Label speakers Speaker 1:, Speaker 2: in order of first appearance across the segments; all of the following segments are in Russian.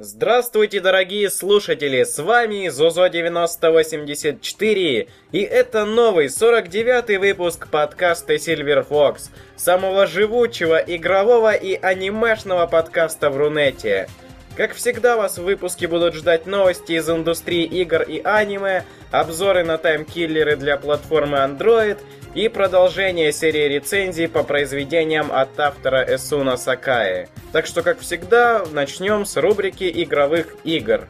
Speaker 1: Здравствуйте, дорогие слушатели, с вами Зозо9084, и это новый 49-й выпуск подкаста Silver Fox, самого живучего, игрового и анимешного подкаста в Рунете. Как всегда, вас в выпуске будут ждать новости из индустрии игр и аниме, обзоры на таймкиллеры для платформы Android и продолжение серии рецензий по произведениям от автора Эсуна Сакаи. Так что, как всегда, начнем с рубрики игровых игр.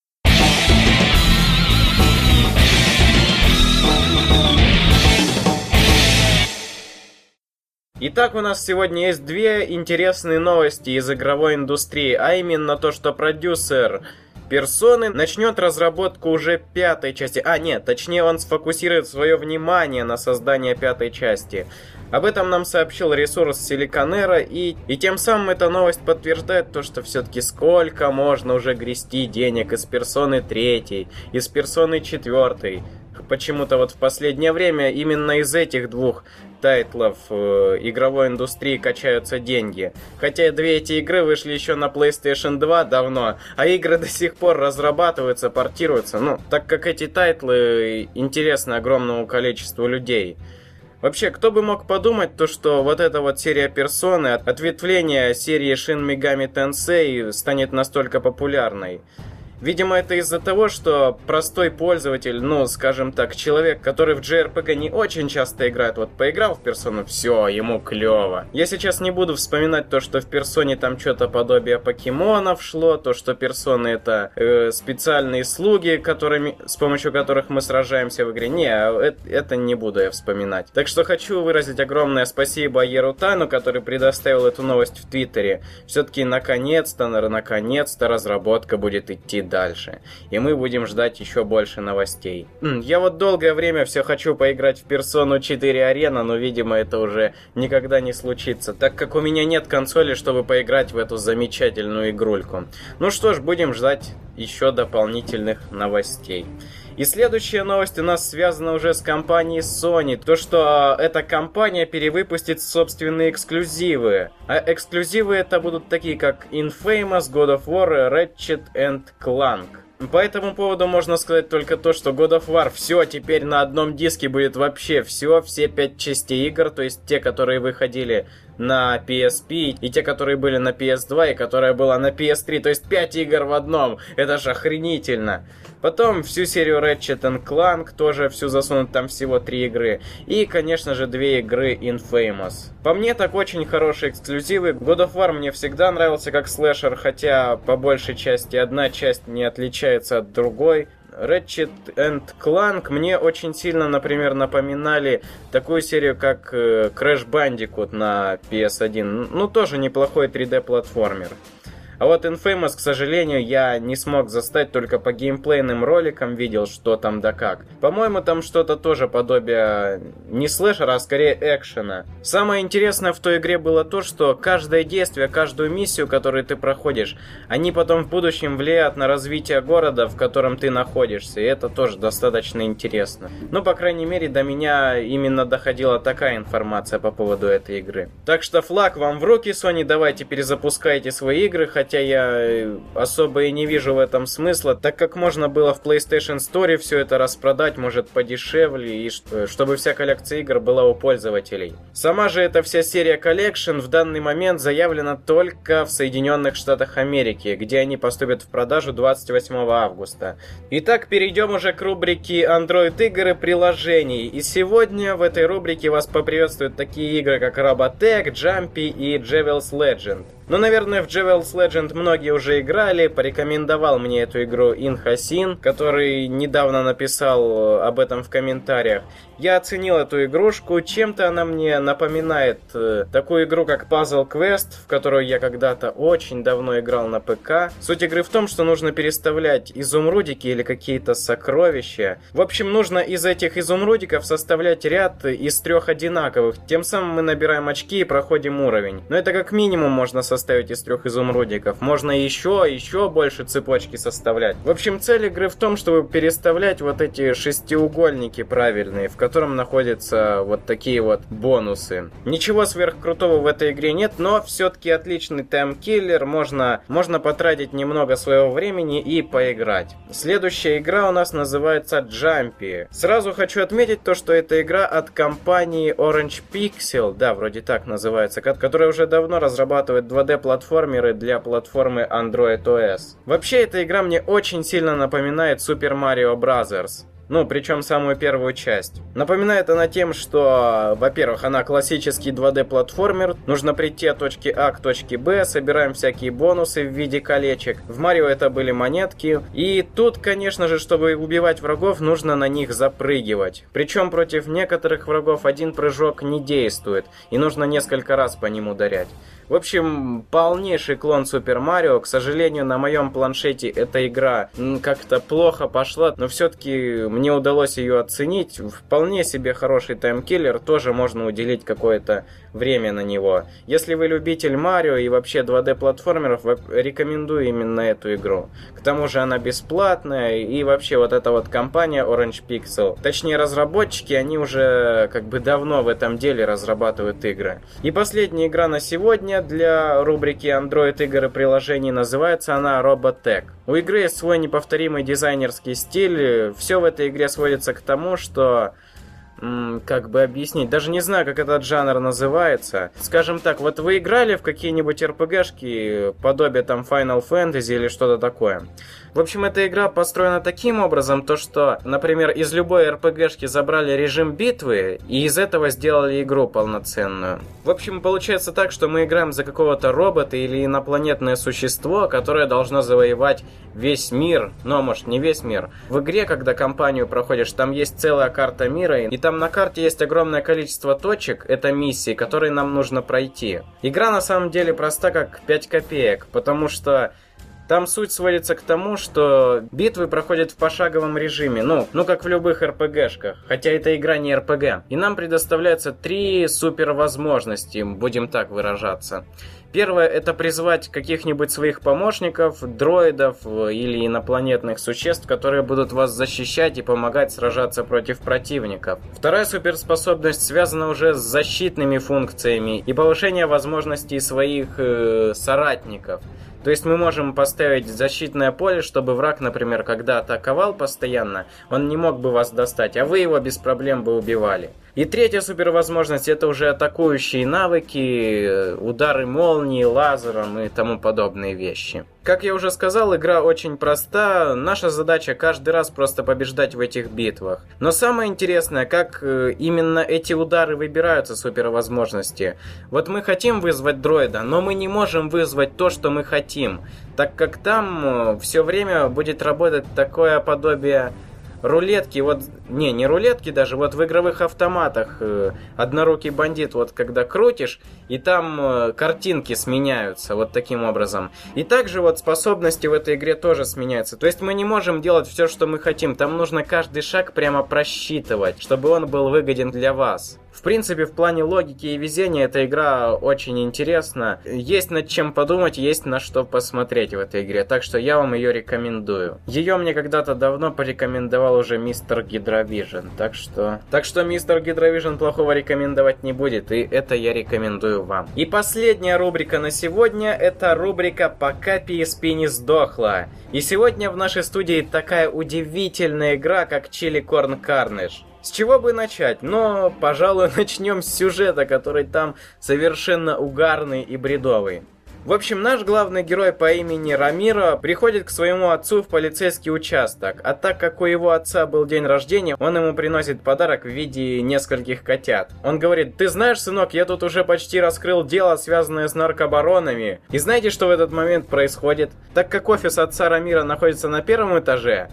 Speaker 1: Итак, у нас сегодня есть две интересные новости из игровой индустрии, а именно то, что продюсер Персоны начнет разработку уже пятой части. Точнее, он сфокусирует свое внимание на создании пятой части. Об этом нам сообщил ресурс Силиконера, и тем самым эта новость подтверждает то, что все-таки сколько можно уже грести денег из Персоны 3, из Персоны 4. Почему-то вот в последнее время именно из этих двух тайтлов игровой индустрии качаются деньги. Хотя две эти игры вышли еще на PlayStation 2 давно, а игры до сих пор разрабатываются, портируются, так как эти тайтлы интересны огромному количеству людей. Вообще, кто бы мог подумать, то что вот эта вот серия Персоны, ответвление серии Shin Megami Tensei станет настолько популярной. Видимо, это из-за того, что простой пользователь, скажем так, человек, который в JRPG не очень часто играет, вот поиграл в Персону, все, ему клево. Я сейчас не буду вспоминать то, что в Персоне там что-то подобие покемонов шло, то, что Персоны это специальные слуги, с помощью которых мы сражаемся в игре. Это не буду я вспоминать. Так что хочу выразить огромное спасибо Ерутану, который предоставил эту новость в Твиттере. Все-таки наконец-то разработка будет идти дальше. И мы будем ждать еще больше новостей. Я вот долгое время все хочу поиграть в Персону 4 Арена, но, видимо, это уже никогда не случится, так как у меня нет консоли, чтобы поиграть в эту замечательную игрульку. Ну что ж, будем ждать еще дополнительных новостей. И следующая новость у нас связана уже с компанией Sony. То, что эта компания перевыпустит собственные эксклюзивы. А эксклюзивы это будут такие, как Infamous, God of War, Ratchet & Clank. По этому поводу можно сказать только то, что God of War все теперь на одном диске будет вообще все 5 частей игр, то есть те, которые выходили на PSP, и те, которые были на PS2, и которая была на PS3, то есть 5 игр в одном, это же охренительно. Потом всю серию Ratchet & Clank, тоже всю засунут, там всего 3 игры, и, конечно же, 2 игры Infamous. По мне, так очень хорошие эксклюзивы. God of War мне всегда нравился как слэшер, хотя по большей части одна часть не отличается от другой. Ratchet & Clank мне очень сильно, например, напоминали такую серию, как Crash Bandicoot на PS1. Тоже неплохой 3D-платформер. А вот Infamous, к сожалению, я не смог застать, только по геймплейным роликам видел, что там да как. По-моему, там что-то тоже подобие не слэшера, а скорее экшена. Самое интересное в той игре было то, что каждое действие, каждую миссию, которую ты проходишь, они потом в будущем влияют на развитие города, в котором ты находишься, и это тоже достаточно интересно. По крайней мере, до меня именно доходила такая информация по поводу этой игры. Так что флаг вам в руки, Sony, давайте перезапускайте свои игры, хотя я особо и не вижу в этом смысла, так как можно было в PlayStation Store все это распродать, может, подешевле, и чтобы вся коллекция игр была у пользователей. Сама же эта вся серия Collection в данный момент заявлена только в Соединенных Штатах Америки, где они поступят в продажу 28 августа. Итак, перейдем уже к рубрике Android игр и приложений. И сегодня в этой рубрике вас поприветствуют такие игры, как Robotech, Jumpy и Devil's Legend. Наверное, в Devil's Legend многие уже играли. Порекомендовал мне эту игру Инхасин, который недавно написал об этом в комментариях. Я оценил эту игрушку. Чем-то она мне напоминает такую игру, как Puzzle Quest, в которую я когда-то очень давно играл на ПК. Суть игры в том, что нужно переставлять изумрудики или какие-то сокровища. В общем, нужно из этих изумрудиков составлять ряд из 3 одинаковых. Тем самым мы набираем очки и проходим уровень. Но это как минимум можно составить составить из 3 изумрудиков. Можно еще больше цепочки составлять. В общем, цель игры в том, чтобы переставлять вот эти шестиугольники правильные, в котором находятся вот такие вот бонусы. Ничего сверхкрутого в этой игре нет, но все-таки отличный таймкиллер. Можно потратить немного своего времени и поиграть. Следующая игра у нас называется Jumpy. Сразу хочу отметить то, что это игра от компании Orange Pixel, да, вроде так называется, которая уже давно разрабатывает 2D-платформеры для платформы Android OS. Вообще, эта игра мне очень сильно напоминает Super Mario Bros. Ну, причем самую первую часть. Напоминает она тем, что, во-первых, она классический 2D-платформер. Нужно прийти от точки А к точке Б, собираем всякие бонусы в виде колечек. В Марио это были монетки. И тут, конечно же, чтобы убивать врагов, нужно на них запрыгивать. Причем против некоторых врагов один прыжок не действует, и нужно несколько раз по ним ударять. В общем, полнейший клон Супер Марио. К сожалению, на моем планшете эта игра как-то плохо пошла, но все-таки мне удалось ее оценить. Вполне себе хороший таймкиллер, тоже можно уделить какое-то время на него. Если вы любитель Марио и вообще 2D-платформеров, рекомендую именно эту игру. К тому же она бесплатная, и вообще вот эта вот компания Orange Pixel, точнее разработчики, они уже как бы давно в этом деле разрабатывают игры. И последняя игра на сегодня для рубрики Android игр и приложений, называется она Robotech. У игры есть свой неповторимый дизайнерский стиль. Все в этой игре сводится к тому, что... как бы объяснить, даже не знаю, как этот жанр называется. Скажем так, вот вы играли в какие-нибудь RPG-шки, подобие там Final Fantasy или что-то такое? В общем, эта игра построена таким образом, то что, например, из любой RPG-шки забрали режим битвы и из этого сделали игру полноценную. В общем, получается так, что мы играем за какого-то робота или инопланетное существо, которое должно завоевать весь мир, но может не весь мир. В игре, когда кампанию проходишь, там есть целая карта мира, и там на карте есть огромное количество точек, это миссии, которые нам нужно пройти. Игра на самом деле проста как 5 копеек, потому что там суть сводится к тому, что битвы проходят в пошаговом режиме, ну как в любых РПГшках, хотя эта игра не РПГ. И нам предоставляются 3 супер возможности, будем так выражаться. Первое — это призвать каких-нибудь своих помощников, дроидов или инопланетных существ, которые будут вас защищать и помогать сражаться против противников. Вторая суперспособность связана уже с защитными функциями и повышением возможностей своих соратников. То есть мы можем поставить защитное поле, чтобы враг, например, когда атаковал постоянно, он не мог бы вас достать, а вы его без проблем бы убивали. И третья супервозможность — это уже атакующие навыки, удары молнии, лазером и тому подобные вещи. Как я уже сказал, игра очень проста, наша задача каждый раз просто побеждать в этих битвах. Но самое интересное, как именно эти удары выбираются, супервозможности. Вот мы хотим вызвать дроида, но мы не можем вызвать то, что мы хотим, так как там все время будет работать такое подобие... рулетки, вот, не рулетки даже, вот в игровых автоматах однорукий бандит, вот когда крутишь, и там картинки сменяются, вот таким образом. И также вот способности в этой игре тоже сменяются. То есть мы не можем делать все, что мы хотим, там нужно каждый шаг прямо просчитывать, чтобы он был выгоден для вас. В принципе, в плане логики и везения эта игра очень интересна. Есть над чем подумать, есть на что посмотреть в этой игре, так что я вам ее рекомендую. Ее мне когда-то давно порекомендовал уже мистер Гидровижн, так что мистер Гидровижн плохого рекомендовать не будет, и это я рекомендую вам. И последняя рубрика на сегодня, это рубрика «Пока PSP не сдохла». И сегодня в нашей студии такая удивительная игра, как Chili Corn Carnage. С чего бы начать? Но, пожалуй, начнем с сюжета, который там совершенно угарный и бредовый. В общем, наш главный герой по имени Рамиро приходит к своему отцу в полицейский участок, а так как у его отца был день рождения, он ему приносит подарок в виде нескольких котят. Он говорит: «Ты знаешь, сынок, я тут уже почти раскрыл дело, связанное с наркобаронами». И знаете, что в этот момент происходит? Так как офис отца Рамиро находится на 1-м этаже,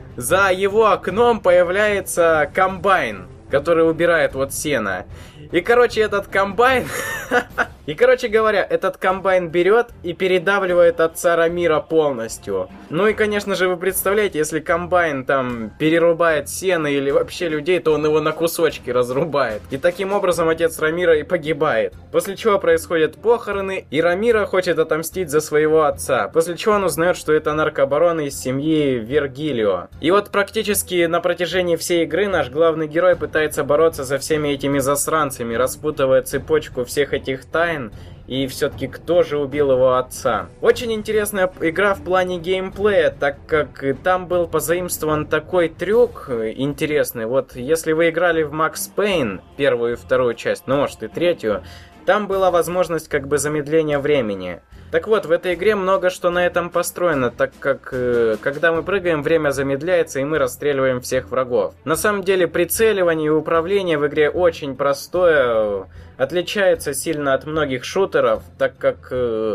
Speaker 1: за его окном появляется комбайн, который убирает вот сено. И, короче, этот комбайн И, короче говоря, этот комбайн берет и передавливает отца Рамира полностью. Ну и, конечно же, вы представляете, если комбайн там перерубает сено или вообще людей, то он его на кусочки разрубает. И таким образом отец Рамира и погибает. После чего происходят похороны, и Рамира хочет отомстить за своего отца. После чего он узнает, что это наркобарон из семьи Вергилио. И вот практически на протяжении всей игры наш главный герой пытается бороться со всеми этими засранцами, распутывая цепочку всех этих тайн. И все-таки кто же убил его отца? Очень интересная игра в плане геймплея, так как там был позаимствован такой трюк интересный. Вот если вы играли в Max Payne, первую и вторую часть, ну может и третью, там была возможность как бы замедления времени. Так вот, в этой игре много что на этом построено, так как когда мы прыгаем, время замедляется и мы расстреливаем всех врагов. На самом деле прицеливание и управление в игре очень простое, отличается сильно от многих шутеров, так как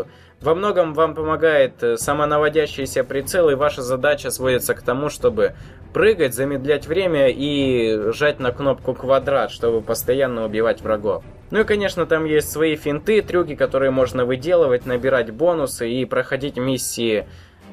Speaker 1: во многом вам помогает самонаводящийся прицел, и ваша задача сводится к тому, чтобы прыгать, замедлять время и жать на кнопку квадрат, чтобы постоянно убивать врагов. Ну и, конечно, там есть свои финты, трюки, которые можно выделывать, набирать бонусы и проходить миссии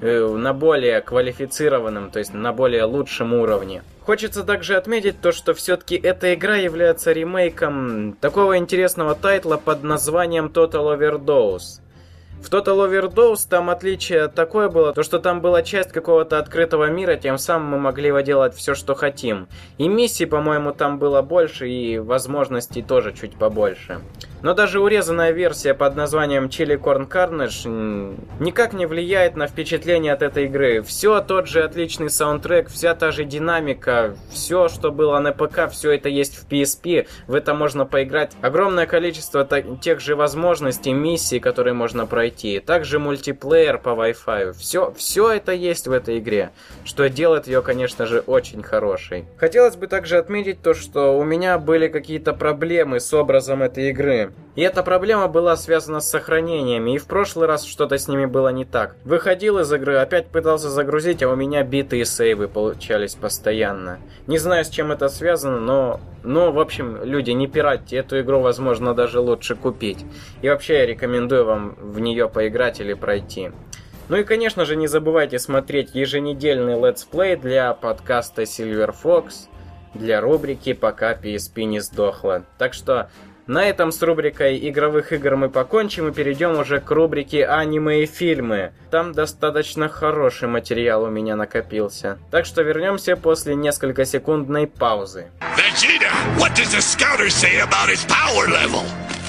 Speaker 1: на более квалифицированном, то есть на более лучшем уровне. Хочется также отметить то, что все-таки эта игра является ремейком такого интересного тайтла под названием Total Overdose. В Total Overdose там отличие такое было, то что там была часть какого-то открытого мира, тем самым мы могли делать все, что хотим. И миссий, по-моему, там было больше, и возможностей тоже чуть побольше. Но даже урезанная версия под названием Chili Corn Carnage никак не влияет на впечатление от этой игры. Все тот же отличный саундтрек, вся та же динамика, все, что было на ПК, все это есть в PSP, в это можно поиграть. Огромное количество тех же возможностей, миссий, которые можно пройти. Также мультиплеер по Wi-Fi. Все это есть в этой игре, что делает ее, конечно же, очень хорошей. Хотелось бы также отметить то, что у меня были какие-то проблемы с образом этой игры. И эта проблема была связана с сохранениями, и в прошлый раз что-то с ними было не так. Выходил из игры, опять пытался загрузить, а у меня битые сейвы получались постоянно. Не знаю, с чем это связано, но в общем, люди, не пиратьте, эту игру, возможно, даже лучше купить. И вообще я рекомендую вам в нее поиграть или пройти. Ну и, конечно же, не забывайте смотреть еженедельный летсплей для подкаста Silver Fox, для рубрики «Пока PSP не сдохла». Так что на этом с рубрикой игровых игр мы покончим и перейдем уже к рубрике аниме и фильмы. Там достаточно хороший материал у меня накопился. Так что вернемся после несколькосекундной паузы.
Speaker 2: Vegeta, what does the scouter say about his power level?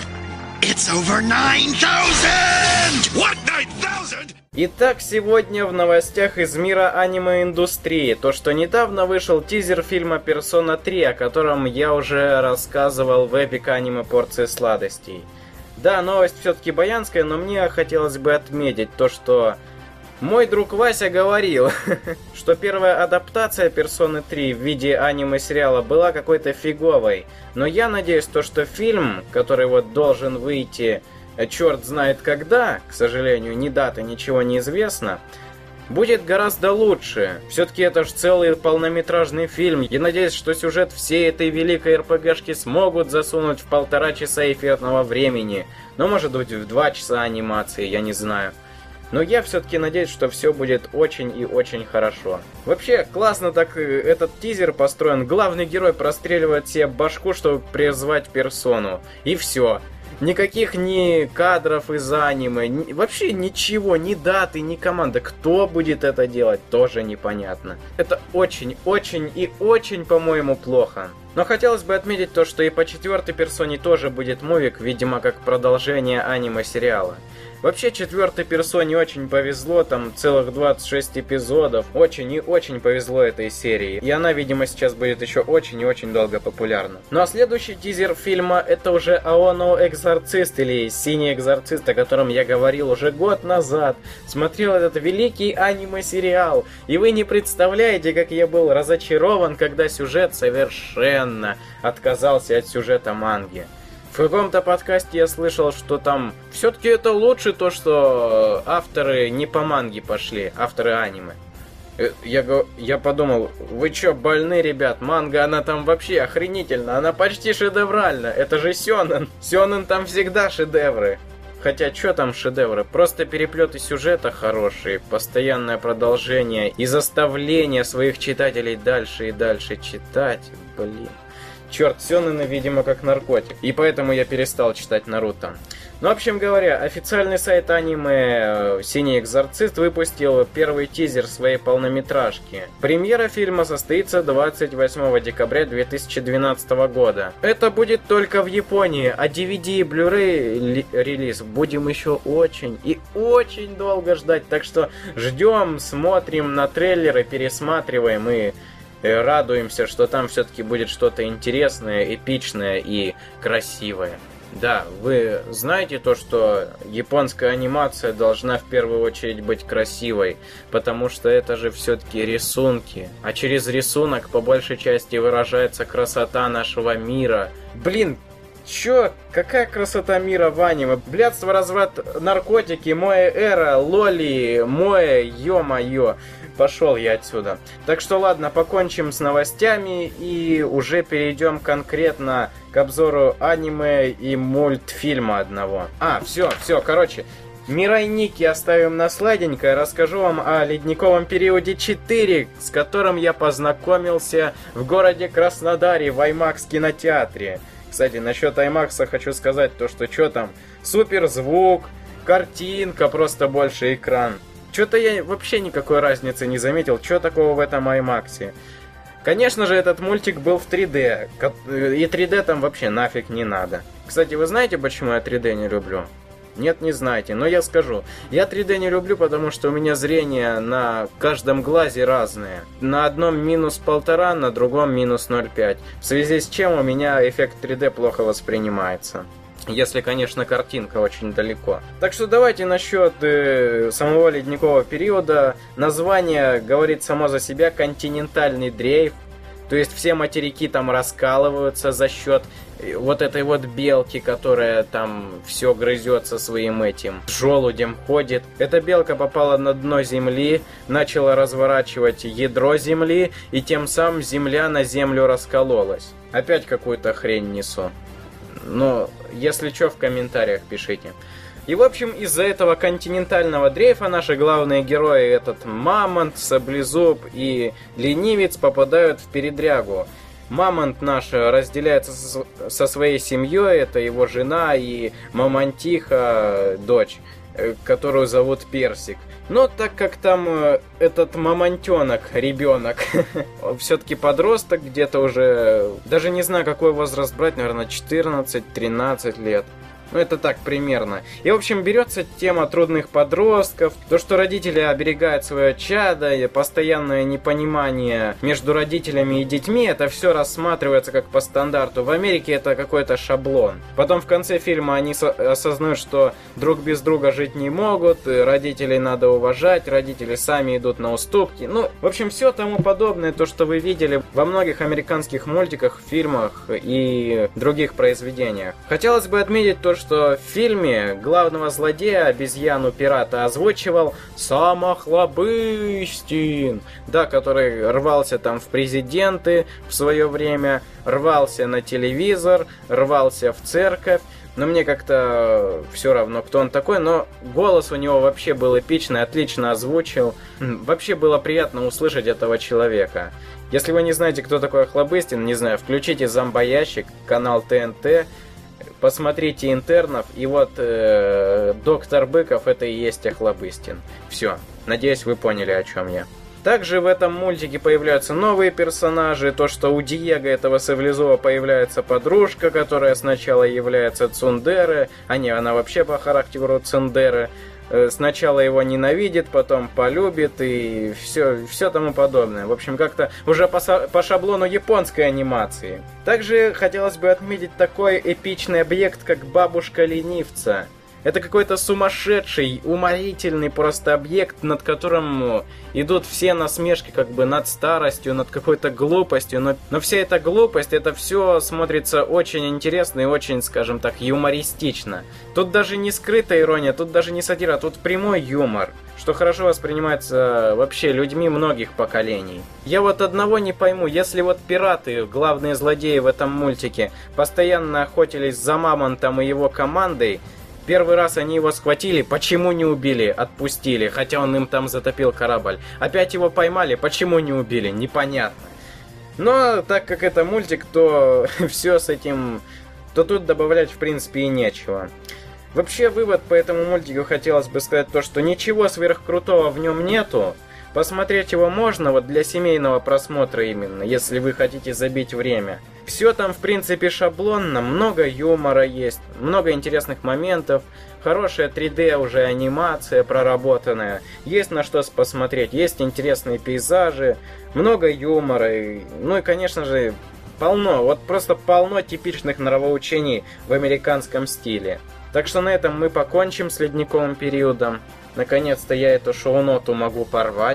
Speaker 2: It's over 9,000! What, 9,000?
Speaker 1: Итак, сегодня в новостях из мира аниме-индустрии. То, что недавно вышел тизер фильма «Персона 3», о котором я уже рассказывал в Эпик Аниме Порции Сладостей. Да, новость все-таки баянская, но мне хотелось бы отметить то, что мой друг Вася говорил, что первая адаптация «Персоны 3» в виде аниме-сериала была какой-то фиговой. Но я надеюсь, то, что фильм, который вот должен выйти черт знает когда, к сожалению, ни даты, ничего не известно, будет гораздо лучше. Все-таки это же целый полнометражный фильм. Я надеюсь, что сюжет всей этой великой РПГшки смогут засунуть в 1,5 часа эфирного времени. Ну, может быть, в 2 часа анимации, я не знаю. Но я все-таки надеюсь, что все будет очень и очень хорошо. Вообще, классно так этот тизер построен. Главный герой простреливает себе башку, чтобы призвать персону. И все. Никаких ни кадров из аниме, вообще ничего, ни даты, ни команды. Кто будет это делать, тоже непонятно. Это очень, очень и очень, по-моему, плохо. Но хотелось бы отметить то, что и по 4-й персоне тоже будет мувик, видимо, как продолжение аниме-сериала. Вообще, 4-й персоне очень повезло, там целых 26 эпизодов. Очень и очень повезло этой серии. И она, видимо, сейчас будет еще очень и очень долго популярна. Ну а следующий тизер фильма это уже Аоно Экзорцист, или Синий Экзорцист, о котором я говорил уже год назад. Смотрел этот великий аниме-сериал. И вы не представляете, как я был разочарован, когда сюжет совершенно отказался от сюжета манги. В каком-то подкасте я слышал, что там все-таки это лучше то, что авторы не по манге пошли, авторы аниме. Я подумал, вы чё, больны, ребят? Манга, она там вообще охренительна, она почти шедевральна. Это же сёнэн. Сёнэн там всегда шедевры. Хотя, что там шедевры? Просто переплеты сюжета хорошие, постоянное продолжение и заставление своих читателей дальше и дальше читать. Блин. Черт, сёнэны, видимо, как наркотик. И поэтому я перестал читать Наруто. Ну, в общем говоря, официальный сайт аниме «Синий экзорцист» выпустил первый тизер своей полнометражки. Премьера фильма состоится 28 декабря 2012 года. Это будет только в Японии, а DVD и Blu-ray релиз будем еще очень и очень долго ждать. Так что ждем, смотрим на трейлеры, пересматриваем и радуемся, что там все-таки будет что-то интересное, эпичное и красивое. Да, вы знаете то, что японская анимация должна в первую очередь быть красивой, потому что это же все-таки рисунки, а через рисунок по большей части выражается красота нашего мира. Блин, чё? Какая красота мира в аниме? Блядство, разврат, наркотики, моя эра, лоли, моя, ё-моё. Пошел я отсюда. Так что ладно, покончим с новостями и уже перейдем конкретно к обзору аниме и мультфильма одного. Все, короче. Мирай Никки оставим на сладенькое. Расскажу вам о ледниковом периоде 4, с которым я познакомился в городе Краснодаре в IMAX кинотеатре. Кстати, насчет IMAX хочу сказать то, что что там, супер звук, картинка, просто больше экран. Что-то я вообще никакой разницы не заметил, что такого в этом IMAX. Конечно же, этот мультик был в 3D, и 3D там вообще нафиг не надо. Кстати, вы знаете, почему я 3D не люблю? Нет, не знаете, но я скажу. Я 3D не люблю, потому что у меня зрение на каждом глазе разное. На одном минус 1,5, на другом минус 0,5. В связи с чем у меня эффект 3D плохо воспринимается. Если, конечно, картинка очень далеко. Так что давайте насчет самого ледникового периода. Название говорит само за себя: континентальный дрейф. То есть все материки там раскалываются за счет вот этой вот белки, которая там все грызется своим этим желудем ходит. Эта белка попала на дно Земли, начала разворачивать ядро Земли, и тем самым Земля на Землю раскололась. Опять какую-то хрень несу. Но если что, в комментариях пишите. И в общем, из-за этого континентального дрейфа наши главные герои, этот Мамонт, Саблезуб и Ленивец, попадают в передрягу. Мамонт наш разделяется со своей семьей, это его жена и Мамонтиха, дочь, которую зовут Персик. Но так как там этот мамонтенок, ребенок, все-таки подросток, где-то уже, даже не знаю, какой возраст брать, наверное, 14-13 лет. Ну, это так примерно. И, в общем, берется тема трудных подростков, то, что родители оберегают свое чадо, и постоянное непонимание между родителями и детьми, это все рассматривается как по стандарту. В Америке это какой-то шаблон. Потом в конце фильма они осознают, что друг без друга жить не могут, родителей надо уважать, родители сами идут на уступки. Ну, в общем, все тому подобное, то, что вы видели во многих американских мультиках, фильмах и других произведениях. Хотелось бы отметить то, что в фильме главного злодея, обезьяну-пирата, озвучивал Сам Охлобыстин, да, который рвался там в президенты в свое время, рвался на телевизор, рвался в церковь. Но мне как-то все равно, кто он такой, но голос у него вообще был эпичный, отлично озвучил. Вообще было приятно услышать этого человека. Если вы не знаете, кто такой Охлобыстин, не знаю, включите «Зомбоящик», канал ТНТ, посмотрите «Интернов», и вот доктор Быков — это и есть Охлобыстин. Все, надеюсь, вы поняли, о чем я. Также в этом мультике появляются новые персонажи. То, что у Диего, этого Саблезуба, появляется подружка, которая сначала является цундере, она вообще по характеру цундере. Сначала его ненавидит, потом полюбит и все тому подобное. В общем, как-то уже по шаблону японской анимации. Также хотелось бы отметить такой эпичный объект, как бабушка ленивца. Это какой-то сумасшедший, уморительный просто объект, над которым идут все насмешки как бы над старостью, над какой-то глупостью. Но вся эта глупость, это все смотрится очень интересно и очень, скажем так, юмористично. Тут даже не скрытая ирония, тут даже не сатира, тут прямой юмор. что хорошо воспринимается вообще людьми многих поколений. Я вот одного не пойму, если вот пираты, главные злодеи в этом мультике, постоянно охотились за Мамонтом и его командой, первый раз они его схватили, почему не убили, отпустили, хотя он им там затопил корабль. Опять его поймали, почему не убили, непонятно. Но так как это мультик, то все с этим, то тут добавлять в принципе и нечего. Вообще, вывод по этому мультику хотелось бы сказать то, что ничего сверхкрутого в нем нету. Посмотреть его можно вот для семейного просмотра именно, если вы хотите забить время. Все там в принципе шаблонно, много юмора есть, много интересных моментов, хорошая 3D уже анимация проработанная, есть на что посмотреть, есть интересные пейзажи, много юмора, ну и конечно же полно, вот просто полно типичных нравоучений в американском стиле. Так что на этом мы покончим с ледниковым периодом. Наконец-то я эту шоу-ноту могу порвать.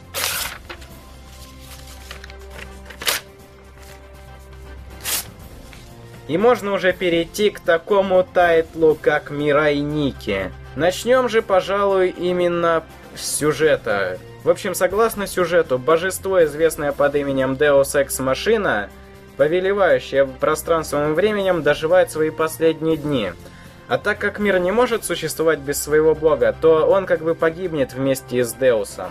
Speaker 1: И можно уже перейти к такому тайтлу, как Мирай Никки. Начнем же, пожалуй, именно с сюжета. В общем, согласно сюжету, божество, известное под именем Deus Ex Machina, повелевающее пространством и временем, доживает свои последние дни. А так как мир не может существовать без своего бога, то он как бы погибнет вместе с Деусом.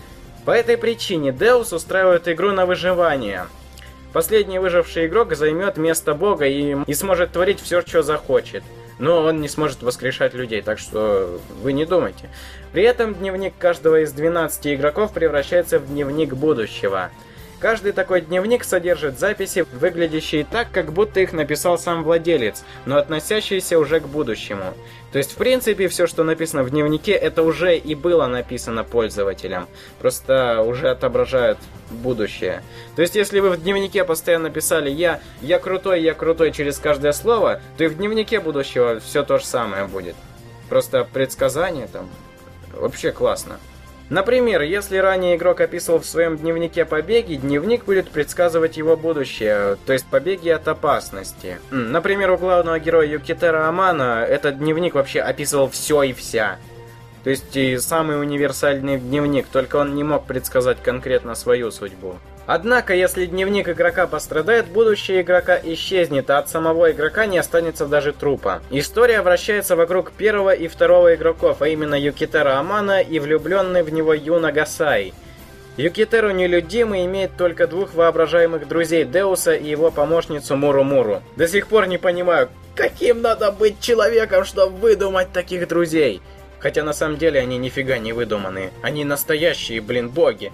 Speaker 1: По этой причине Деус устраивает игру на выживание. Последний выживший игрок займет место бога и сможет творить все, что захочет. Но он не сможет воскрешать людей, так что вы не думайте. При этом дневник каждого из 12 игроков превращается в дневник будущего. Каждый такой дневник содержит записи, выглядящие так, как будто их написал сам владелец, но относящиеся уже к будущему. То есть, в принципе, все, что написано в дневнике, это уже и было написано пользователям. Просто уже отображают будущее. То есть, если вы в дневнике постоянно писали я крутой через каждое слово, то и в дневнике будущего все то же самое будет. Просто предсказание там. Вообще классно. Например, если ранее игрок описывал в своем дневнике побеги, дневник будет предсказывать его будущее, то есть побеги от опасности. Например, у главного героя Юкитера Амано этот дневник вообще описывал все и вся. То есть и самый универсальный дневник, только он не мог предсказать конкретно свою судьбу. Однако, если дневник игрока пострадает, будущее игрока исчезнет, а от самого игрока не останется даже трупа. История вращается вокруг первого и второго игроков, а именно Юкитера Амано и влюбленный в него Юна Гасай. Юкитеру нелюдимый имеет только двух воображаемых друзей, Деуса и его помощницу Муру-Муру. До сих пор не понимаю, каким надо быть человеком, чтобы выдумать таких друзей. Хотя на самом деле они нифига не выдуманные, они настоящие, боги.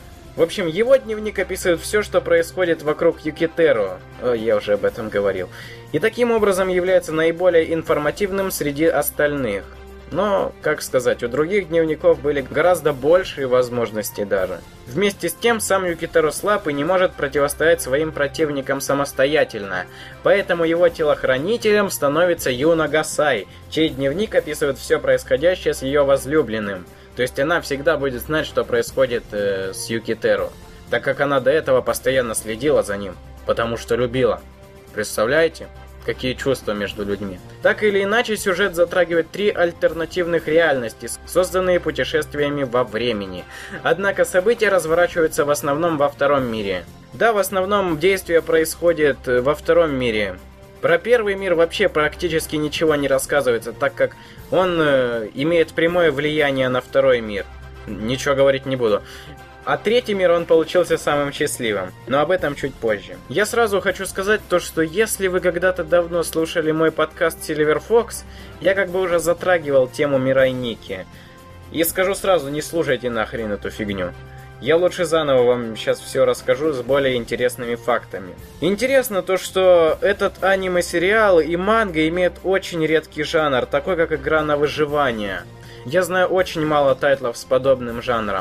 Speaker 1: В общем, его дневник описывает все, что происходит вокруг Юкитеру. Я уже об этом говорил. И таким образом является наиболее информативным среди остальных. Но, как сказать, у других дневников были гораздо большие возможности даже. Вместе с тем, сам Юкитеру слаб и не может противостоять своим противникам самостоятельно. Поэтому его телохранителем становится Юна Гасай, чей дневник описывает все происходящее с ее возлюбленным. То есть она всегда будет знать, что происходит с Юкитеру, так как она до этого постоянно следила за ним, потому что любила. Представляете? Какие чувства между людьми. Так или иначе, сюжет затрагивает 3 альтернативных реальности, созданные путешествиями во времени. Однако события разворачиваются в основном во втором мире. Да, в основном действие происходит во втором мире. Про первый мир вообще практически ничего не рассказывается, так как он имеет прямое влияние на второй мир. Ничего говорить не буду. А третий мир он получился самым счастливым, но об этом чуть позже. Я сразу хочу сказать то, что если вы когда-то давно слушали мой подкаст Silver Fox, я как бы уже затрагивал тему Мирай Никки. И скажу сразу, не слушайте нахрен эту фигню. Я лучше заново вам сейчас все расскажу с более интересными фактами. Интересно то, что этот аниме-сериал и манга имеют очень редкий жанр, такой как игра на выживание. Я знаю очень мало тайтлов с подобным жанром.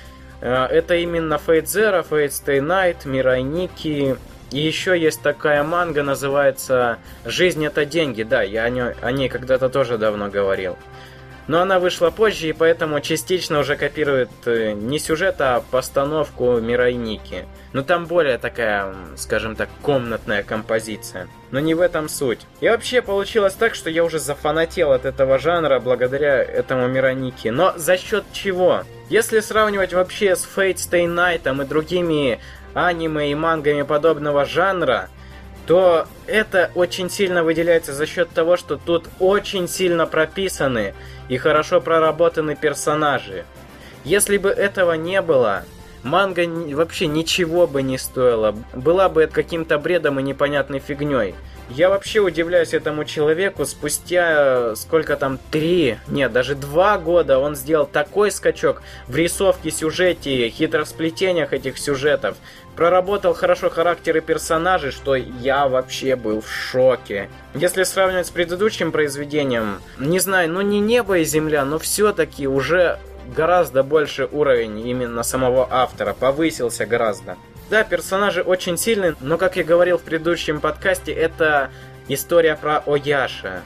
Speaker 1: Это именно Fate Zero, Fate Stay Night, Мирай Никки. И еще есть такая манга, называется «Жизнь это деньги». Да, я о ней когда-то тоже давно говорил. Но она вышла позже, и поэтому частично уже копирует не сюжет, а постановку Мирай Никки. Но там более такая, скажем так, комнатная композиция. Но не в этом суть. И вообще получилось так, что я уже зафанател от этого жанра благодаря этому Мирай Никки. Но за счет чего? Если сравнивать вообще с Fate Stay Night и другими аниме и мангами подобного жанра, то это очень сильно выделяется за счет того, что тут очень сильно прописаны и хорошо проработаны персонажи. Если бы этого не было, манга вообще ничего бы не стоила, была бы каким-то бредом и непонятной фигней. Я вообще удивляюсь этому человеку, спустя сколько там, 2 года он сделал такой скачок в рисовке, сюжете, хитросплетениях этих сюжетов. Проработал хорошо характеры персонажей, что я вообще был в шоке. Если сравнивать с предыдущим произведением, не знаю, ну не небо и земля, но все-таки уже гораздо больше уровень именно самого автора, повысился гораздо. Да, персонажи очень сильные, но, как я говорил в предыдущем подкасте, это история про Ояша.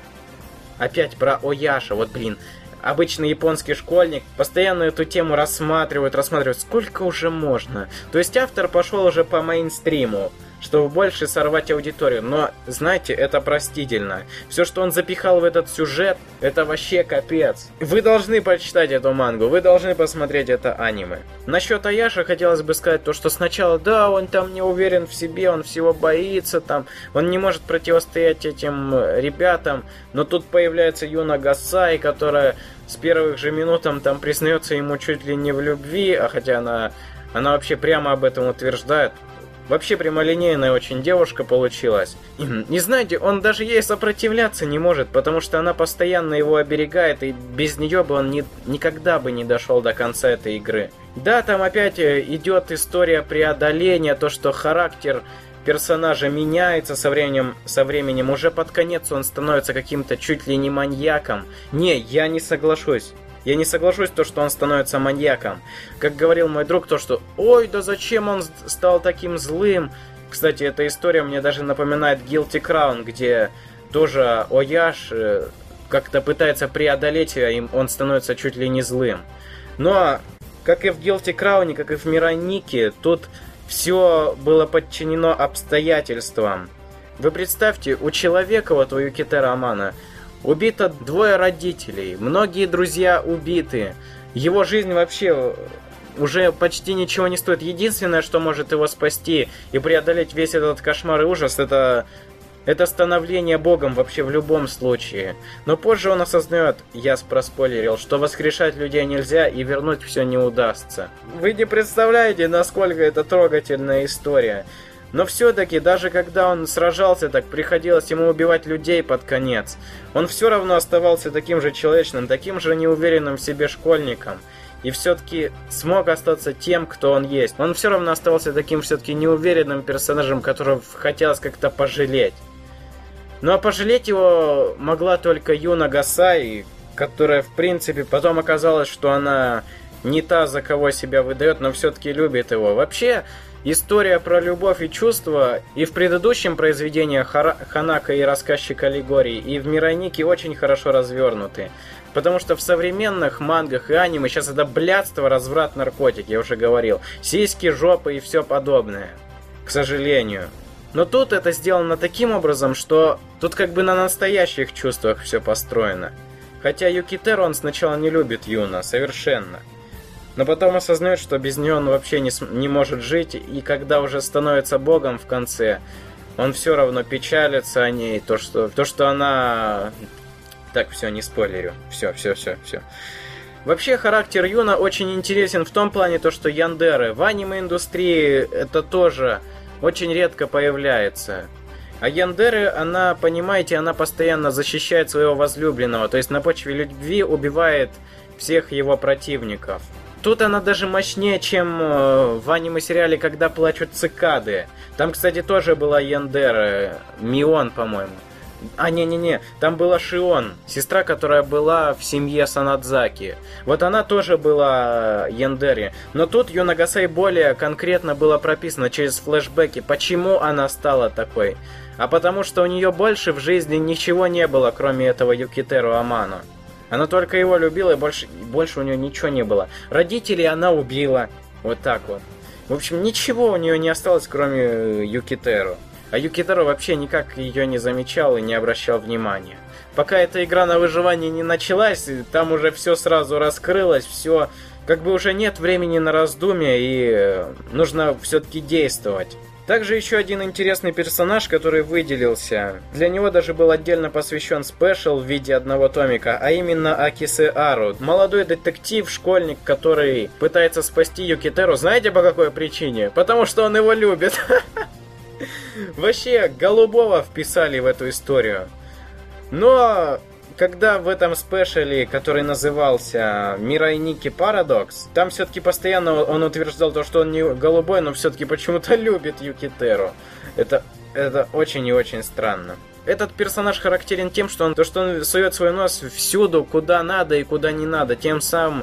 Speaker 1: Опять про Ояша, вот блин. Обычный японский школьник постоянно эту тему рассматривает, сколько уже можно. То есть автор пошел уже по мейнстриму, чтобы больше сорвать аудиторию. Но, знаете, это простительно. Все, что он запихал в этот сюжет, это вообще капец. Вы должны почитать эту мангу, вы должны посмотреть это аниме. Насчет Аяши хотелось бы сказать то, что сначала, да, он там не уверен в себе, он всего боится, там, он не может противостоять этим ребятам. Но тут появляется Юна Гасай, которая с первых же минут там признается ему чуть ли не в любви, а хотя она вообще прямо об этом утверждает. Вообще прямолинейная очень девушка получилась. И знаете, он даже ей сопротивляться не может, потому что она постоянно его оберегает, и без нее бы он никогда бы не дошел до конца этой игры. Да, там опять идет история преодоления, то, что характер персонажа меняется со временем. Уже под конец он становится каким-то чуть ли не маньяком. Не, я не соглашусь. Я не соглашусь, то, что он становится маньяком. Как говорил мой друг, то, что «Ой, да зачем он стал таким злым?» Кстати, эта история мне даже напоминает Guilty Crown, где тоже Ояш как-то пытается преодолеть, а он становится чуть ли не злым. Но, как и в Guilty Crown, как и в Мирай Никки, тут все было подчинено обстоятельствам. Вы представьте, у человека, вот у Юкитера Амано, убито 2 родителей, многие друзья убиты. Его жизнь вообще уже почти ничего не стоит. Единственное, что может его спасти и преодолеть весь этот кошмар и ужас, это становление богом вообще в любом случае. Но позже он осознает, я проспойлерил, что воскрешать людей нельзя и вернуть все не удастся. Вы не представляете, насколько это трогательная история. Но все-таки, даже когда он сражался, так приходилось ему убивать людей под конец. Он все равно оставался таким же человечным, таким же неуверенным в себе школьником. И все-таки смог остаться тем, кто он есть. Он все равно оставался таким все-таки неуверенным персонажем, которого хотелось как-то пожалеть. Ну а пожалеть его могла только Юна Гасай, которая в принципе потом оказалось, что она не та, за кого себя выдает, но все-таки любит его. Вообще, история про любовь и чувства и в предыдущем произведении Ханако и рассказчик аллегорий, и в Мирай Никки очень хорошо развернуты. Потому что в современных мангах и аниме сейчас это блядство, разврат, наркотики, я уже говорил. Сиськи, жопы и все подобное. К сожалению. Но тут это сделано таким образом, что тут как бы на настоящих чувствах все построено. Хотя Юкитеро он сначала не любит Юна, совершенно. Но потом осознает, что без нее он вообще не может жить, и когда уже становится богом в конце, он все равно печалится о ней, то, что она... Так, все, не спойлерю. Все. Вообще, характер Юна очень интересен в том плане, то, что яндеры в аниме-индустрии это тоже очень редко появляется. А яндеры, она, понимаете, она постоянно защищает своего возлюбленного, то есть на почве любви убивает всех его противников. Тут она даже мощнее, чем в аниме-сериале «Когда плачут цикады». Там, кстати, тоже была яндера, Мион, по-моему. Там была Шион, сестра, которая была в семье Санадзаки. Вот она тоже была яндери. Но тут Юна Гасай более конкретно было прописано через флешбеки, почему она стала такой. А потому что у нее больше в жизни ничего не было, кроме этого Юкитеро Амано. Она только его любила, и больше у нее ничего не было. Родителей она убила. Вот так вот. В общем, ничего у нее не осталось, кроме Юкитеро. А Юкитеро вообще никак ее не замечал и не обращал внимания. Пока эта игра на выживание не началась, там уже все сразу раскрылось, все... Как бы уже нет времени на раздумья, и нужно все-таки действовать. Также еще один интересный персонаж, который выделился. Для него даже был отдельно посвящен спешл в виде одного томика, а именно Акисе Ару. Молодой детектив, школьник, который пытается спасти Юкитеро. Знаете, по какой причине? Потому что он его любит. Вообще, голубого вписали в эту историю. Но... Когда в этом спешале, который назывался Мирай Никки Парадокс, там все-таки постоянно он утверждал то, что он не голубой, но все-таки почему-то любит Юкитеро. Это очень и очень странно. Этот персонаж характерен тем, что он сует свой нос всюду, куда надо и куда не надо, тем самым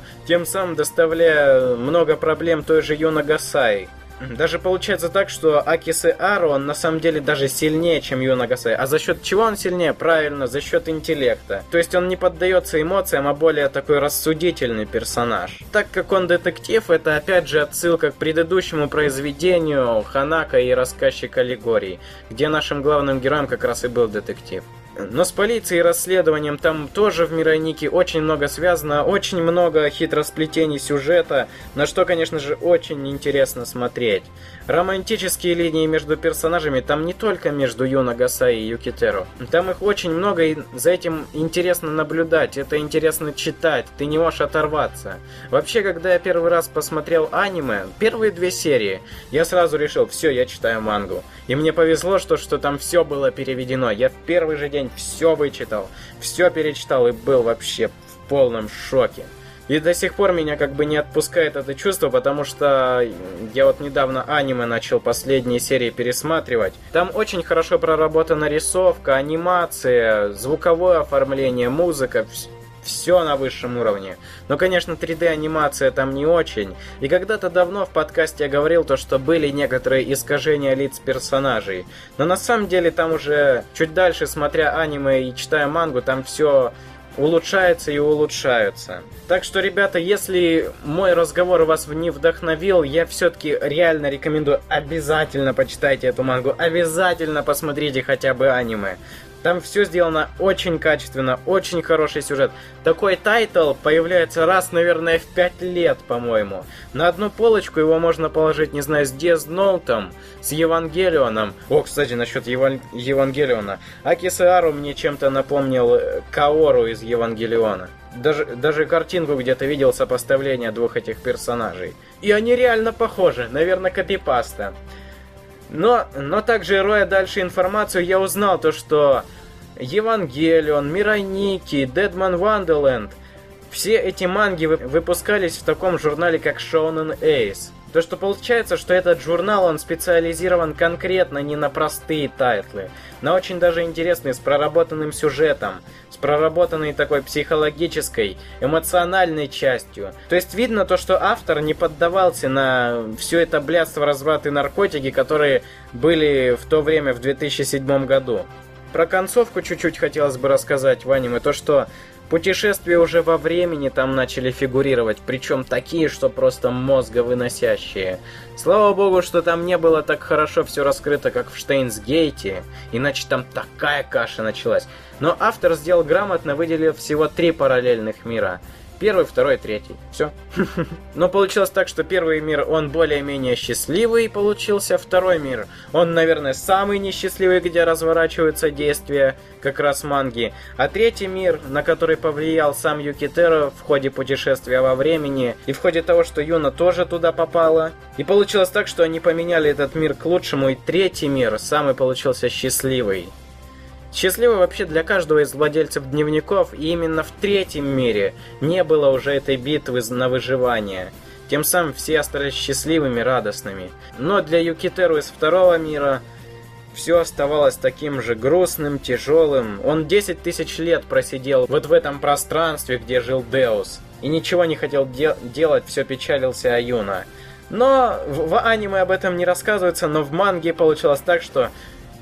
Speaker 1: доставляя много проблем той же Юна Гасай. Даже получается так, что Акисе Ару, он на самом деле даже сильнее, чем Юна Гасай. А за счет чего он сильнее? Правильно, за счет интеллекта. То есть он не поддается эмоциям, а более такой рассудительный персонаж. Так как он детектив, это опять же отсылка к предыдущему произведению Ханако и рассказчик аллегорий, где нашим главным героем как раз и был детектив. Но с полицией и расследованием там тоже в Мирай Никки очень много связано, очень много хитросплетений сюжета, на что, конечно же, очень интересно смотреть. Романтические линии между персонажами там не только между Юна Гасай и Юкитеро. Там их очень много, и за этим интересно наблюдать, это интересно читать, ты не можешь оторваться. Вообще, когда я первый раз посмотрел аниме, первые 2 серии, я сразу решил, все, я читаю мангу. И мне повезло, что там все было переведено. Я в первый же день все вычитал, все перечитал и был вообще в полном шоке. И до сих пор меня как бы не отпускает это чувство, потому что я вот недавно аниме начал последние серии пересматривать. Там очень хорошо проработана рисовка, анимация, звуковое оформление, музыка, все на высшем уровне. Но, конечно, 3D-анимация там не очень. И когда-то давно в подкасте я говорил то, что были некоторые искажения лиц персонажей. Но на самом деле там уже чуть дальше, смотря аниме и читая мангу, там все улучшается и улучшается. Так что, ребята, если мой разговор вас не вдохновил, я все-таки реально рекомендую, обязательно почитайте эту мангу, обязательно посмотрите хотя бы аниме. Там все сделано очень качественно, очень хороший сюжет. Такой тайтл появляется раз, наверное, в 5 лет, по-моему. На одну полочку его можно положить, не знаю, с Death Note, с Евангелионом. О, кстати, насчет Евангелиона. Акисе Ару мне чем-то напомнил Каору из Евангелиона. Даже картинку где-то видел сопоставление двух этих персонажей. И они реально похожи, наверное, копипаста. Но также, роя дальше информацию, я узнал то, что Евангелион, Мирай Никки, Deadman Wonderland, все эти манги выпускались в таком журнале, как Shonen Ace. То, что получается, что этот журнал, он специализирован конкретно не на простые тайтлы, на очень даже интересные, с проработанным сюжетом, с проработанной такой психологической, эмоциональной частью. То есть видно то, что автор не поддавался на все это блядство, разврат и наркотики, которые были в то время, в 2007 году. Про концовку чуть-чуть хотелось бы рассказать в аниме, то что путешествия уже во времени там начали фигурировать, причем такие, что просто мозговыносящие. Слава богу, что там не было так хорошо все раскрыто, как в Штейнс-Гейте, иначе там такая каша началась. Но автор сделал грамотно, выделив всего 3 параллельных мира. Первый, второй, третий. Все. Но получилось так, что первый мир, он более-менее счастливый получился. Второй мир, он, наверное, самый несчастливый, где разворачиваются действия как раз манги. А третий мир, на который повлиял сам Юкитеро в ходе путешествия во времени, и в ходе того, что Юна тоже туда попала. И получилось так, что они поменяли этот мир к лучшему, и третий мир самый получился счастливый. Счастливый вообще для каждого из владельцев дневников, и именно в третьем мире не было уже этой битвы на выживание. Тем самым все остались счастливыми, радостными. Но для Юкитеро из второго мира все оставалось таким же грустным, тяжелым. Он 10 тысяч лет просидел вот в этом пространстве, где жил Деус, и ничего не хотел делать, все печалился о Юна. Но в аниме об этом не рассказывается, но в манге получилось так, что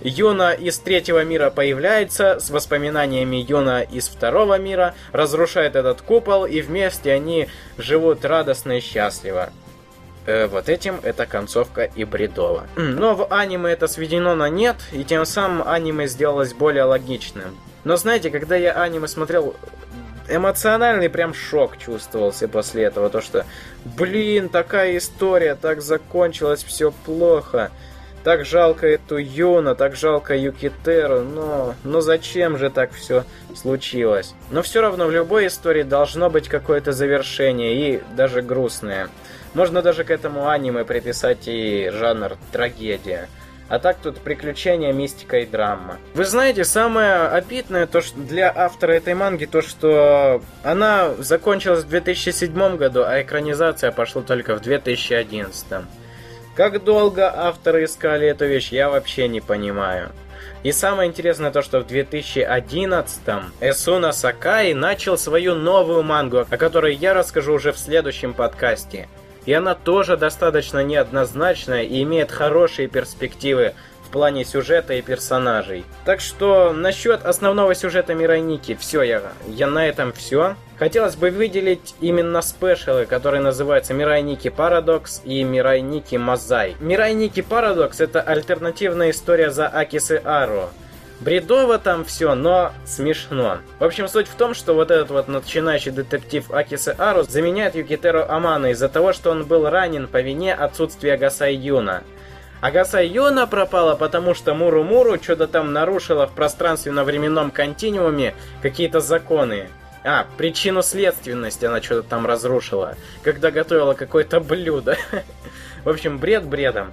Speaker 1: Юна из третьего мира появляется с воспоминаниями Юна из второго мира, разрушает этот купол, и вместе они живут радостно и счастливо. Вот этим эта концовка и бредова. Но в аниме это сведено на нет, и тем самым аниме сделалось более логичным. Но знаете, когда я аниме смотрел, эмоциональный прям шок чувствовался после этого. То что, блин, такая история, так закончилось все плохо. Так жалко эту Юна, так жалко Юкитеру, но зачем же так все случилось? Но все равно в любой истории должно быть какое-то завершение, и даже грустное. Можно даже к этому аниме приписать и жанр трагедия. А так тут приключения, мистика и драма. Вы знаете, самое обидное то, что для автора этой манги, то что она закончилась в 2007 году, а экранизация пошла только в 2011. Как долго авторы искали эту вещь, я вообще не понимаю. И самое интересное то, что в 2011-м Эсуна Сакай начал свою новую мангу, о которой я расскажу уже в следующем подкасте. И она тоже достаточно неоднозначная и имеет хорошие перспективы в плане сюжета и персонажей. Так что насчет основного сюжета Мирай Никки, все, я на этом все. Хотелось бы выделить именно спешалы, которые называются Мирай Никки Парадокс и Мирай Никки Мазай. Мирай Никки Парадокс — это альтернативная история за Акисы Ару. Бредово там все, но смешно. В общем, суть в том, что вот этот вот начинающий детектив Акисы Ару заменяет Юкитеру Амано из-за того, что он был ранен по вине отсутствия Гасай Юна. А Гасай Юна пропала, потому что Муру-Муру что-то там нарушила в пространственно-временном континууме какие-то законы. Причину-следственность она что-то там разрушила, когда готовила какое-то блюдо. В общем, бред бредом.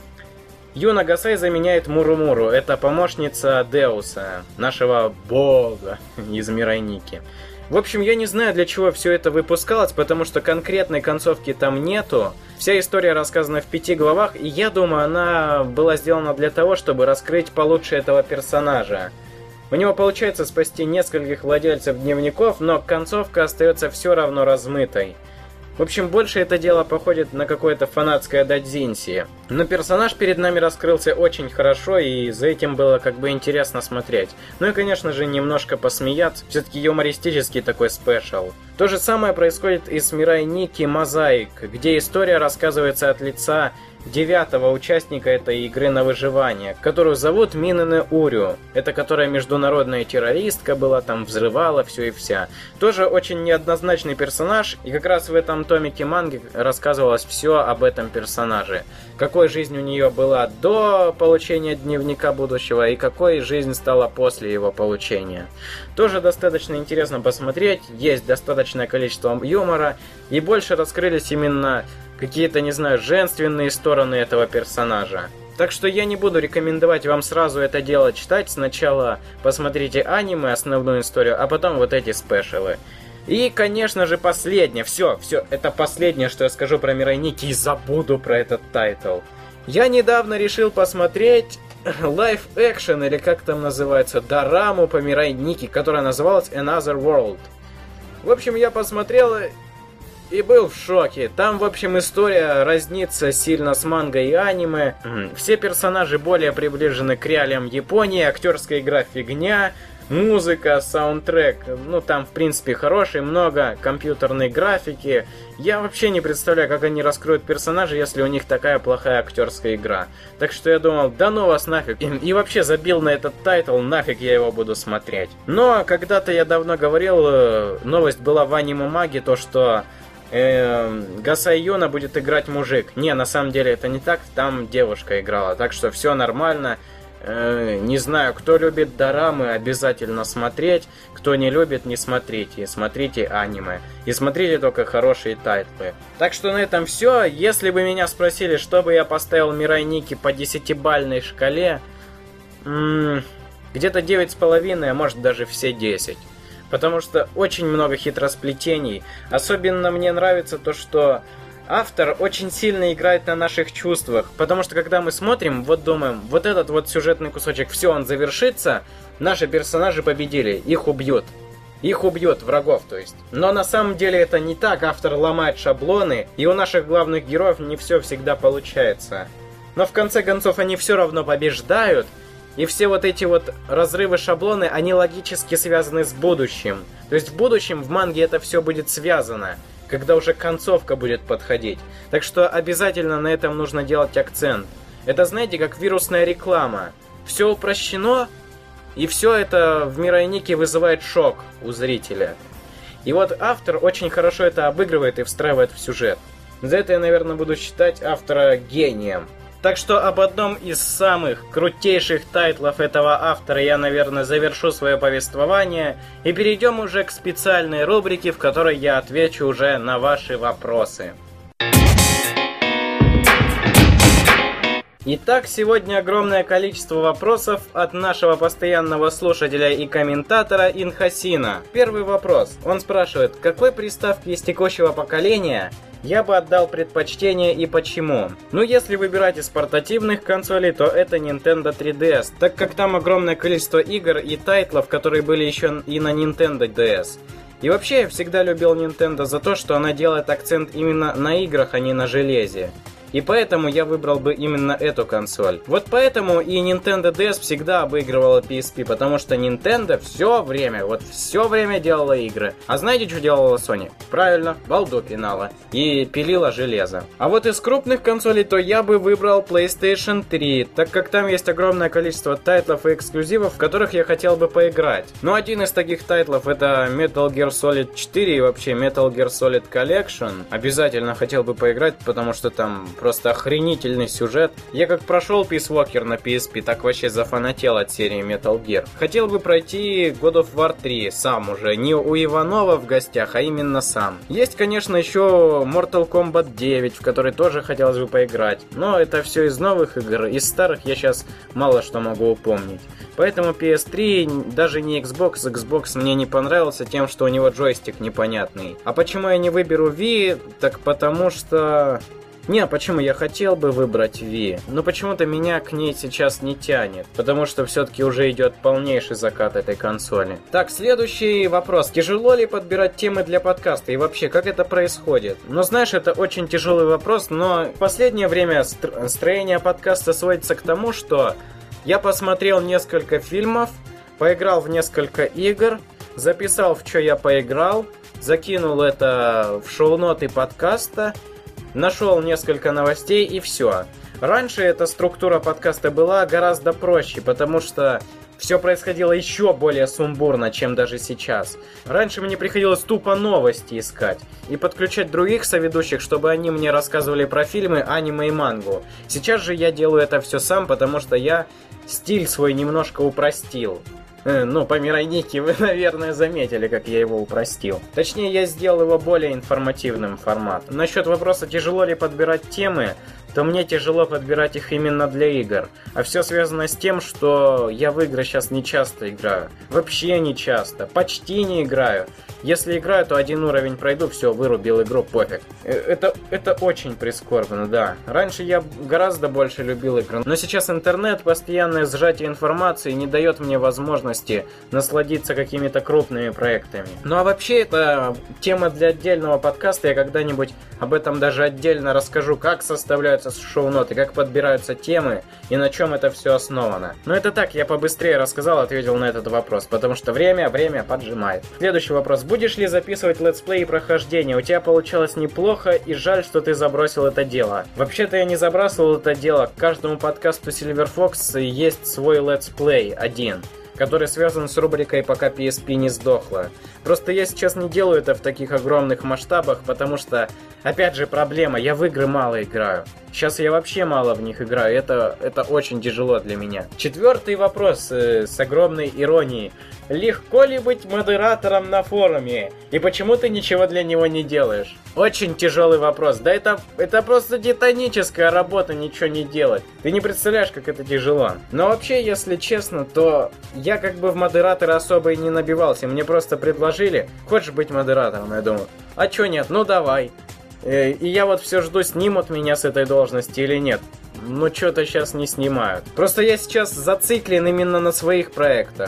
Speaker 1: Юна Гасай заменяет Муру-Муру. Это помощница Деуса, нашего бога из Мирай Никки. В общем, я не знаю, для чего все это выпускалось, потому что конкретной концовки там нету. Вся история рассказана в 5 главах, и я думаю, она была сделана для того, чтобы раскрыть получше этого персонажа. У него получается спасти нескольких владельцев дневников, но концовка остается все равно размытой. В общем, больше это дело походит на какое-то фанатское дадзинси. Но персонаж перед нами раскрылся очень хорошо, и за этим было как бы интересно смотреть. Ну и, конечно же, немножко посмеяться. Все-таки юмористический такой спешл. То же самое происходит и с Мирай Никки Мозаик, где история рассказывается от лица 9-го участника этой игры на выживание, которую зовут Минене Урю. Это которая международная террористка была, там взрывала все и вся. Тоже очень неоднозначный персонаж, и как раз в этом томике манги рассказывалось все об этом персонаже. Какой жизнь у нее была до получения дневника будущего, и какой жизнь стала после его получения. Тоже достаточно интересно посмотреть, есть достаточное количество юмора, и больше раскрылись именно какие-то, не знаю, женственные стороны этого персонажа. Так что я не буду рекомендовать вам сразу это дело читать. Сначала посмотрите аниме, основную историю, а потом вот эти спешалы. И, конечно же, последнее. Все, это последнее, что я скажу про Мирай Никки, и забуду про этот тайтл. Я недавно решил посмотреть лайв-экшен, или как там называется, дораму по Мирай Никки, которая называлась Another World. В общем, я посмотрел и был в шоке. Там, в общем, история разнится сильно с мангой и аниме. Все персонажи более приближены к реалиям Японии, актерская игра фигня, музыка, саундтрек, там, в принципе, хороший, много компьютерной графики. Я вообще не представляю, как они раскроют персонажей, если у них такая плохая актерская игра. Так что я думал, да ну вас нафиг. И вообще забил на этот тайтл, нафиг я его буду смотреть. Но когда-то я давно говорил, новость была в аниме-маге, то что Гасай Юна будет играть мужик. Не, на самом деле это не так, там девушка играла, так что все нормально. Не знаю, кто любит дорамы, обязательно смотреть. Кто не любит, не смотрите. Смотрите аниме. И смотрите только хорошие тайтлы. Так что на этом все. Если бы меня спросили, что бы я поставил Мирай Никки по 10-бальной шкале, где-то 9,5, а может даже все 10. Потому что очень много хитросплетений. Особенно мне нравится то, что автор очень сильно играет на наших чувствах. Потому что когда мы смотрим, вот думаем, вот этот вот сюжетный кусочек, все, он завершится, наши персонажи победили, их убьют. Их убьют, врагов, то есть. Но на самом деле это не так, автор ломает шаблоны, и у наших главных героев не все всегда получается. Но в конце концов они все равно побеждают, И все вот эти вот разрывы, шаблоны, они логически связаны с будущим. То есть в будущем в манге это все будет связано, когда уже концовка будет подходить. Так что обязательно на этом нужно делать акцент. Это, знаете, как вирусная реклама. Все упрощено, и все это в Мирай Никки вызывает шок у зрителя. И вот автор очень хорошо это обыгрывает и встраивает в сюжет. За это я, наверное, буду считать автора гением. Так что об одном из самых крутейших тайтлов этого автора я, наверное, завершу свое повествование и перейдем уже к специальной рубрике, в которой я отвечу уже на ваши вопросы. Итак, сегодня огромное количество вопросов от нашего постоянного слушателя и комментатора Инхасина. Первый вопрос. Он спрашивает, какой приставке из текущего поколения я бы отдал предпочтение и почему? Ну, если выбирать из портативных консолей, то это Nintendo 3DS, так как там огромное количество игр и тайтлов, которые были еще и на Nintendo DS. И вообще, я всегда любил Nintendo за то, что она делает акцент именно на играх, а не на железе. И поэтому я выбрал бы именно эту консоль. Вот поэтому и Nintendo DS всегда обыгрывала PSP, потому что Nintendo все время делала игры. А знаете, что делала Sony? Правильно, балду пинала и пилила железо. А вот из крупных консолей, то я бы выбрал PlayStation 3, так как там есть огромное количество тайтлов и эксклюзивов, в которых я хотел бы поиграть. Но один из таких тайтлов это Metal Gear Solid 4 и вообще Metal Gear Solid Collection. Обязательно хотел бы поиграть, потому что там просто охренительный сюжет. Я как прошел Peace Walker на PSP, так вообще зафанател от серии Metal Gear. Хотел бы пройти God of War 3 сам уже, не у Иванова в гостях, а именно сам. Есть, конечно, еще Mortal Kombat 9, в который тоже хотелось бы поиграть. Но это все из новых игр, из старых я сейчас мало что могу упомнить. Поэтому PS3, даже не Xbox мне не понравился тем, что у него джойстик непонятный. А почему я не выберу Wii? Так потому что... Не, почему я хотел бы выбрать Wii, но почему-то меня к ней сейчас не тянет, потому что все-таки уже идет полнейший закат этой консоли. Так, следующий вопрос. Тяжело ли подбирать темы для подкаста и вообще, как это происходит? Ну, знаешь, это очень тяжелый вопрос, но в последнее время строение подкаста сводится к тому, что я посмотрел несколько фильмов, поиграл в несколько игр, записал, в что я поиграл, закинул это в шоу-ноты подкаста, нашел несколько новостей и все. Раньше эта структура подкаста была гораздо проще, потому что все происходило еще более сумбурно, чем даже сейчас. Раньше мне приходилось тупо новости искать и подключать других соведущих, чтобы они мне рассказывали про фильмы, аниме и мангу. Сейчас же я делаю это все сам, потому что я стиль свой немножко упростил. Ну, по Мирай Никки вы, наверное, заметили, как я его упростил. Точнее, я сделал его более информативным форматом. Насчет вопроса, тяжело ли подбирать темы, то мне тяжело подбирать их именно для игр. А все связано с тем, что я в игры сейчас не часто играю. Вообще не часто. Почти не играю. Если играю, то один уровень пройду, все, вырубил игру, пофиг. Это очень прискорбно, да. Раньше я гораздо больше любил игры, но сейчас интернет, постоянное сжатие информации не дает мне возможности насладиться какими-то крупными проектами. Ну а вообще это тема для отдельного подкаста, я когда-нибудь об этом даже отдельно расскажу, как составляются шоу-ноты, как подбираются темы и на чем это все основано. Но это так, я побыстрее рассказал, ответил на этот вопрос, потому что время поджимает. Следующий вопрос. Будешь ли записывать летсплей и прохождение? У тебя получалось неплохо, и жаль, что ты забросил это дело. Вообще-то я не забрасывал это дело. К каждому подкасту Silver Fox есть свой летсплей один, который связан с рубрикой «Пока PSP не сдохла». Просто я сейчас не делаю это в таких огромных масштабах, потому что, опять же, проблема, я в игры мало играю. Сейчас я вообще мало в них играю, это очень тяжело для меня. Четвертый вопрос с огромной иронией. Легко ли быть модератором на форуме? И почему ты ничего для него не делаешь? Очень тяжелый вопрос. Да это просто титаническая работа ничего не делать. Ты не представляешь, как это тяжело. Но вообще, если честно, то я как бы в модераторы особо и не набивался. Мне просто предложили, хочешь быть модератором? Я думаю, а чё нет? Ну давай. И я вот все жду, снимут меня с этой должности или нет. Но что-то сейчас не снимают. Просто я сейчас зациклен именно на своих проектах.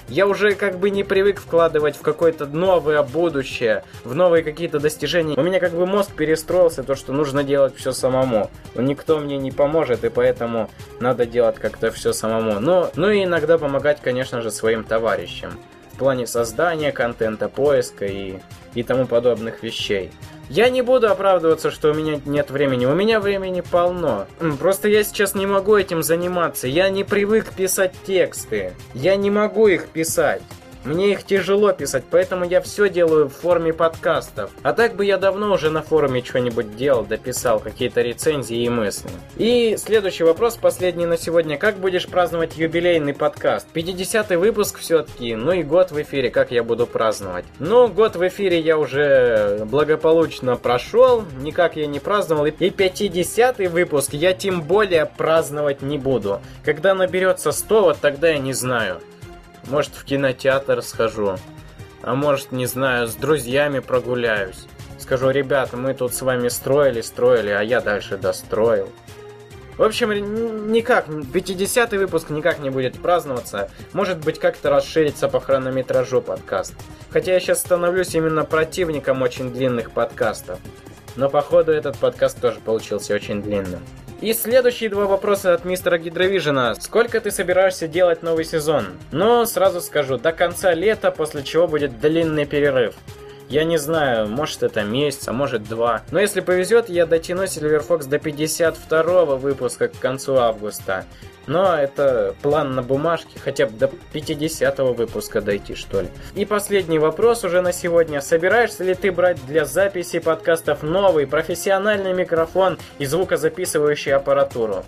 Speaker 1: Я уже как бы не привык вкладывать в какое-то новое будущее, в новые какие-то достижения. У меня как бы мозг перестроился, то, что нужно делать все самому. Никто мне не поможет, и поэтому надо делать как-то все самому. Ну и иногда помогать, конечно же, своим товарищам. В плане создания контента, поиска и тому подобных вещей. Я не буду оправдываться, что у меня нет времени. У меня времени полно. Просто я сейчас не могу этим заниматься. Я не привык писать тексты. Я не могу их писать. Мне их тяжело писать, поэтому я все делаю в форме подкастов. А так бы я давно уже на форуме что-нибудь делал, дописал какие-то рецензии и мысли. И следующий вопрос, последний на сегодня. Как будешь праздновать юбилейный подкаст? 50-й выпуск все-таки, ну и год в эфире, как я буду праздновать? Ну, год в эфире я уже благополучно прошел, никак я не праздновал. И 50-й выпуск я тем более праздновать не буду. Когда наберется 100, вот тогда я не знаю. Может, в кинотеатр схожу. А может, не знаю, с друзьями прогуляюсь. Скажу: ребята, мы тут с вами строили, а я дальше достроил. В общем, никак, 50-й выпуск никак не будет праздноваться. Может быть, как-то расширится по хронометражу подкаст. Хотя я сейчас становлюсь именно противником очень длинных подкастов. Но походу этот подкаст тоже получился очень длинным. И следующие два вопроса от мистера Гидровижена. Сколько ты собираешься делать новый сезон? Ну, сразу скажу, до конца лета, после чего будет длинный перерыв. Я не знаю, может это месяц, а может 2. Но если повезет, я дотяну Silver Fox до 52-го выпуска к концу августа. Но это план на бумажке, хотя бы до 50-го выпуска дойти, что ли. И последний вопрос уже на сегодня. Собираешься ли ты брать для записи подкастов новый профессиональный микрофон и звукозаписывающую аппаратуру?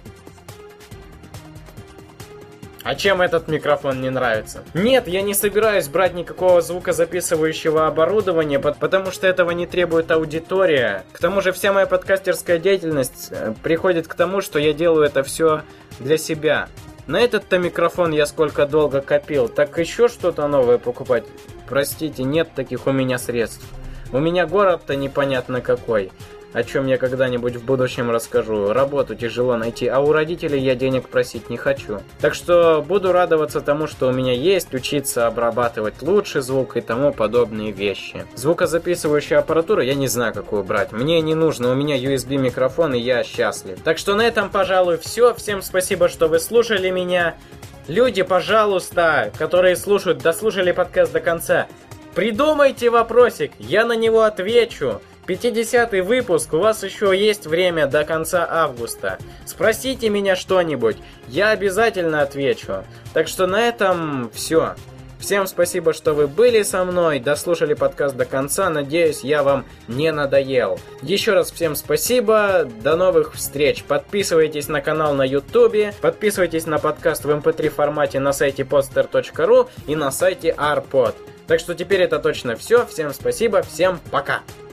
Speaker 1: А чем этот микрофон не нравится? Нет, я не собираюсь брать никакого звукозаписывающего оборудования, потому что этого не требует аудитория. К тому же вся моя подкастерская деятельность приходит к тому, что я делаю это все для себя. На этот-то микрофон я сколько долго копил, так еще что-то новое покупать? Простите, нет таких у меня средств. У меня город-то непонятно какой. О чем я когда-нибудь в будущем расскажу. Работу тяжело найти, а у родителей я денег просить не хочу. Так что буду радоваться тому, что у меня есть, учиться обрабатывать лучший звук и тому подобные вещи. Звукозаписывающую аппаратуру я не знаю, какую брать. Мне не нужно, у меня USB микрофон и я счастлив. Так что на этом, пожалуй, все. Всем спасибо, что вы слушали меня. Люди, пожалуйста, которые слушают, дослушали подкаст до конца, придумайте вопросик, я на него отвечу. 50-й выпуск, у вас еще есть время до конца августа. Спросите меня что-нибудь, я обязательно отвечу. Так что на этом все. Всем спасибо, что вы были со мной, дослушали подкаст до конца, надеюсь, я вам не надоел. Еще раз всем спасибо, до новых встреч. Подписывайтесь на канал на YouTube, подписывайтесь на подкаст в MP3 формате на сайте podster.ru и на сайте arpod. Так что теперь это точно все, всем спасибо, всем пока.